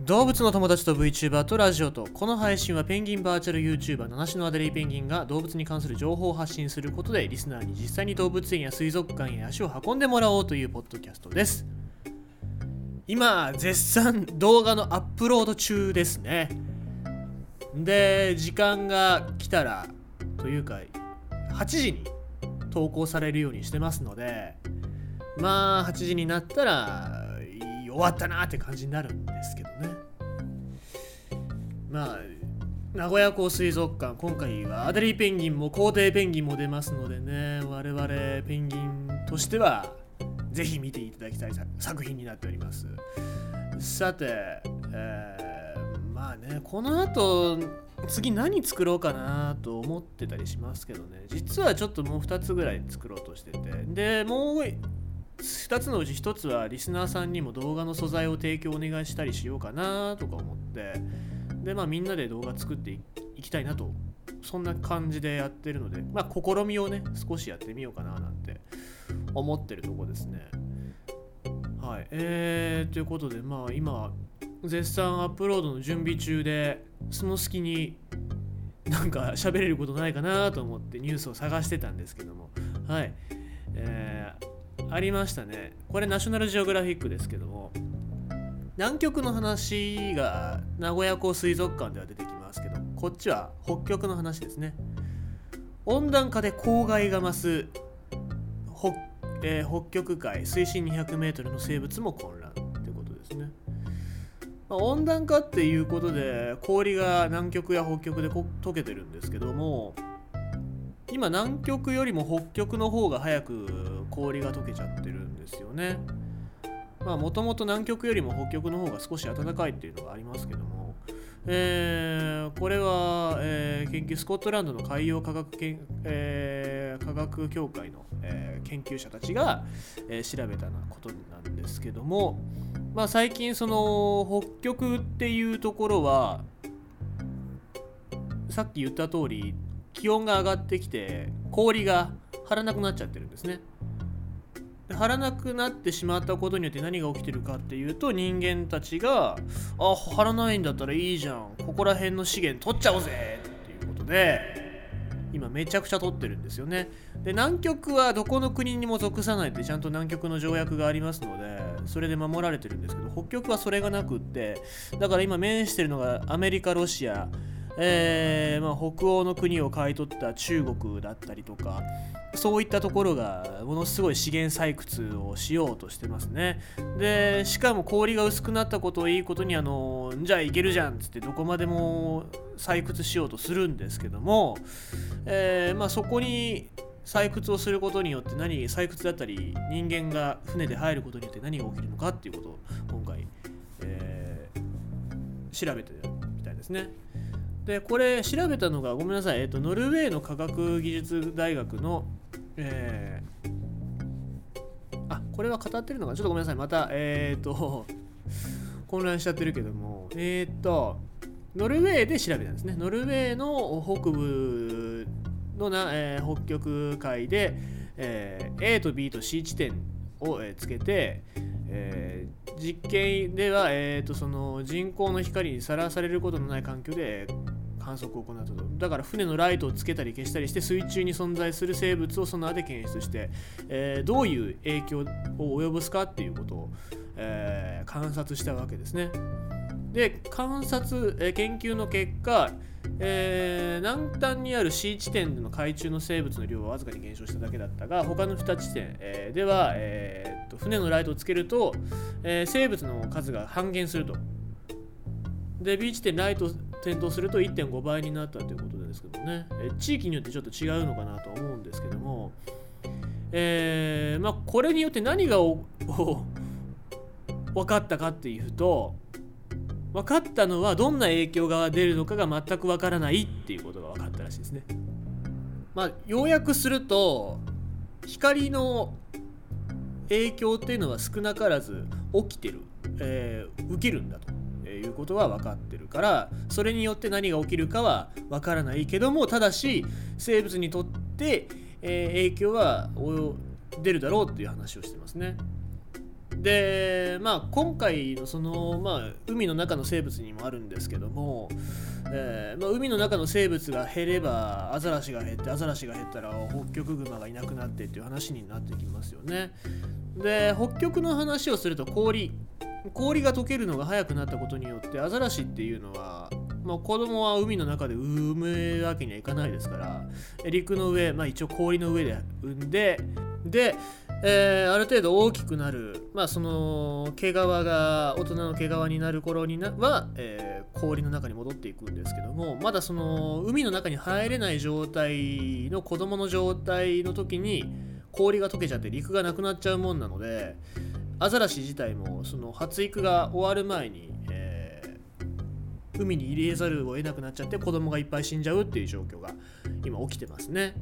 動物の友達と VTuber とラジオと、この配信はペンギンバーチャル YouTuber 七種のアデリーペンギンが動物に関する情報を発信することでリスナーに実際に動物園や水族館へ足を運んでもらおうというポッドキャストです。今絶賛動画のアップロード中ですね。で、時間が来たらというか8時に投稿されるようにしてますので、まあ8時になったら終わったなって感じになるんですけどね。まあ名古屋港水族館、今回はアデリーペンギンも皇帝ペンギンも出ますのでね、我々ペンギンとしてはぜひ見ていただきたい作品になっております。さて、まあね、この後次何作ろうかなと思ってたりしますけどね、実はちょっともう2つぐらい作ろうとしてて、でもう2つのうち1つはリスナーさんにも動画の素材を提供お願いしたりしようかなとか思って、でまあみんなで動画作っていきたいなと、そんな感じでやってるので、まあ試みをね少しやってみようかななんて思ってるとこですね。はい、ということで、まあ今絶賛アップロードの準備中で、その隙になんか喋れることないかなと思ってニュースを探してたんですけども、はい、ありましたね。これナショナルジオグラフィックですけども、南極の話が名古屋港水族館では出てきますけど、こっちは北極の話ですね。温暖化で公害が増す北極海水深 200m の生物も混乱ってことですね。温暖化っていうことで氷が南極や北極で溶けてるんですけども、今南極よりも北極の方が早く氷が溶けちゃってるんですよね。まあもともと南極よりも北極の方が少し暖かいっていうのがありますけども、これは、研究スコットランドの海洋科学協会の、研究者たちが、調べたことなんですけども、まあ最近その北極っていうところはさっき言った通り気温が上がってきて氷が張らなくなっちゃってるんですね。張らなくなってしまったことによって何が起きてるかっていうと、人間たちが張らないんだったらいいじゃん、ここら辺の資源取っちゃおうぜっていうことで今めちゃくちゃ取ってるんですよね。で、南極はどこの国にも属さないってちゃんと南極の条約がありますので、それで守られてるんですけど、北極はそれがなくって、だから今面してるのがアメリカ、ロシア、まあ、北欧の国を買い取った中国だったりとか、そういったところがものすごい資源採掘をしようとしてますね。でしかも氷が薄くなったことをいいことにじゃあいけるじゃんっつってどこまでも採掘しようとするんですけども、まあ、そこに採掘をすることによって採掘だったり人間が船で入ることによって何が起きるのかっていうことを今回、調べてるみたいですね。でこれ調べたのがごめんなさい、ノルウェーの科学技術大学の、これは語ってるのかちょっとごめんなさい、また混乱しちゃってるけども、ノルウェーで調べたんですね。ノルウェーの北部の北極海で、A と B と C 地点を、つけて、実験では、その人工の光にさらされることのない環境で観測を行ったと。だから船のライトをつけたり消したりして水中に存在する生物をソナーで検出して、どういう影響を及ぼすかっていうことを、観察したわけですね。で研究の結果、南端にある C 地点での海中の生物の量はわずかに減少しただけだったが、他の2地点、では、船のライトをつけると、生物の数が半減すると。で B 地点ライトを点灯すると 1.5 倍になったということですけどね、地域によってちょっと違うのかなと思うんですけども、まあこれによって何が分かったかっていうと、分かったのはどんな影響が出るのかが全く分からないっていうことが分かったらしいですね。まあ要約すると、光の影響っていうのは少なからず起きてる、受けるんだということは分かってるから、それによって何が起きるかは分からないけども、ただし生物にとって、影響は出るだろうっていう話をしてますね。 で今回のその、海の中の生物にもあるんですけども、海の中の生物が減ればアザラシが減って、アザラシが減ったらホッキョクグマがいなくなってっていう話になってきますよね。で北極の話をすると氷が溶けるのが早くなったことによってアザラシっていうのは、子供は海の中で産むわけにはいかないですから、陸の上、一応氷の上で産んで、ある程度大きくなる、その毛皮が大人の毛皮になる頃には、氷の中に戻っていくんですけども、まだその海の中に入れない状態の子供の状態の時に氷が溶けちゃって陸がなくなっちゃうもんなので、アザラシ自体もその発育が終わる前に、海に入れざるを得なくなっちゃって子供がいっぱい死んじゃうっていう状況が今起きてますね。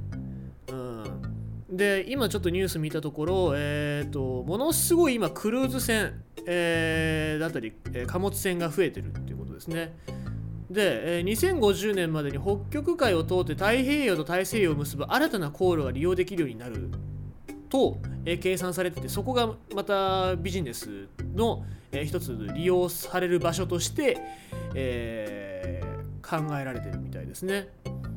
で今ちょっとニュース見たところ、ものすごい今クルーズ船、だったり貨物船が増えてるっていうことですね。で、2050年までに北極海を通って太平洋と大西洋を結ぶ新たな航路が利用できるようになると、計算されてて、そこがまたビジネスの、一つ利用される場所として、考えられてるみたいですね。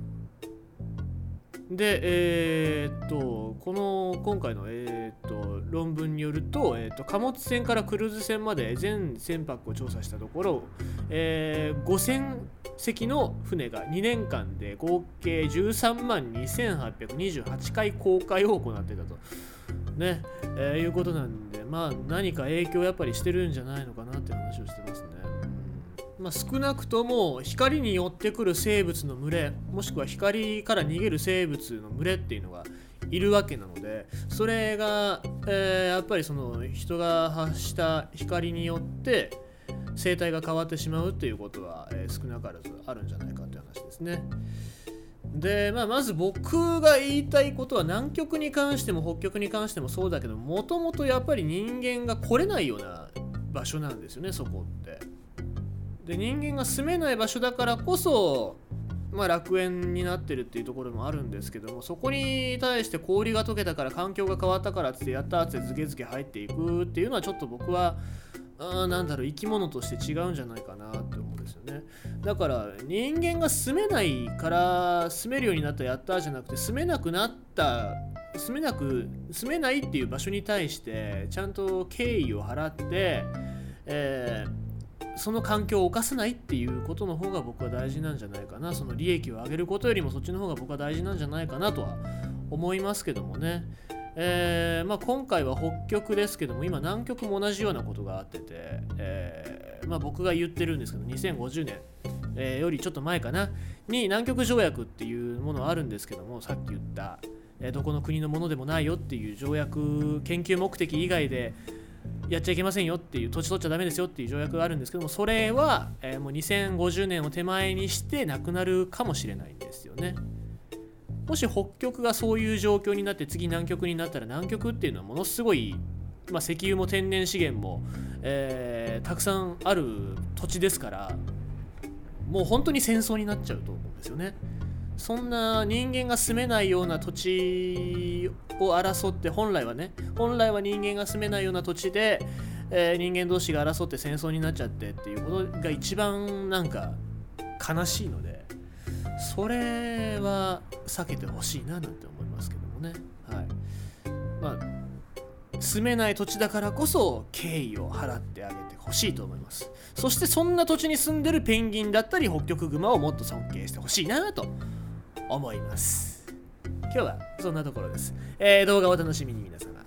で、今回の、論文によると、貨物船からクルーズ船まで全船舶を調査したところ、5000隻の船が2年間で合計13万2828回航海を行っていたと、いうことなんで、何か影響やっぱりしてるんじゃないのかなって話をしてますね。少なくとも光に寄ってくる生物の群れ、もしくは光から逃げる生物の群れっていうのがいるわけなので、それが、やっぱりその人が発した光によって生態が変わってしまうっていうことは、少なからずあるんじゃないかという話ですね。で、まず僕が言いたいことは、南極に関しても北極に関してもそうだけど、もともとやっぱり人間が来れないような場所なんですよね、そこって。で、人間が住めない場所だからこそ、楽園になってるっていうところもあるんですけども、そこに対して氷が溶けたから環境が変わったからってやったってズケズケ入っていくっていうのはちょっと僕は生き物として違うんじゃないかなって思うんですよね。だから人間が住めないから住めるようになったやったじゃなくて、住めないっていう場所に対してちゃんと敬意を払って、その環境を侵さないっていうことの方が僕は大事なんじゃないかな。その利益を上げることよりもそっちの方が僕は大事なんじゃないかなとは思いますけどもね。今回は北極ですけども、今南極も同じようなことがあってて、僕が言ってるんですけど、2050年、よりちょっと前かなに南極条約っていうものあるんですけども、さっき言った、どこの国のものでもないよっていう条約、研究目的以外でやっちゃいけませんよっていう、土地取っちゃダメですよっていう条約があるんですけども、それは、もう2050年を手前にしてなくなるかもしれないんですよね。もし北極がそういう状況になって次南極になったら、南極っていうのはものすごい、石油も天然資源も、たくさんある土地ですから、もう本当に戦争になっちゃうと思うんですよね。そんな人間が住めないような土地を争って、本来は人間が住めないような土地で、人間同士が争って戦争になっちゃってっていうことが一番悲しいので、それは避けてほしいななんて思いますけどもね。住めない土地だからこそ敬意を払ってあげてほしいと思います。そしてそんな土地に住んでるペンギンだったりホッキョクグマをもっと尊敬してほしいなと思います。今日はそんなところです。動画をお楽しみに皆様。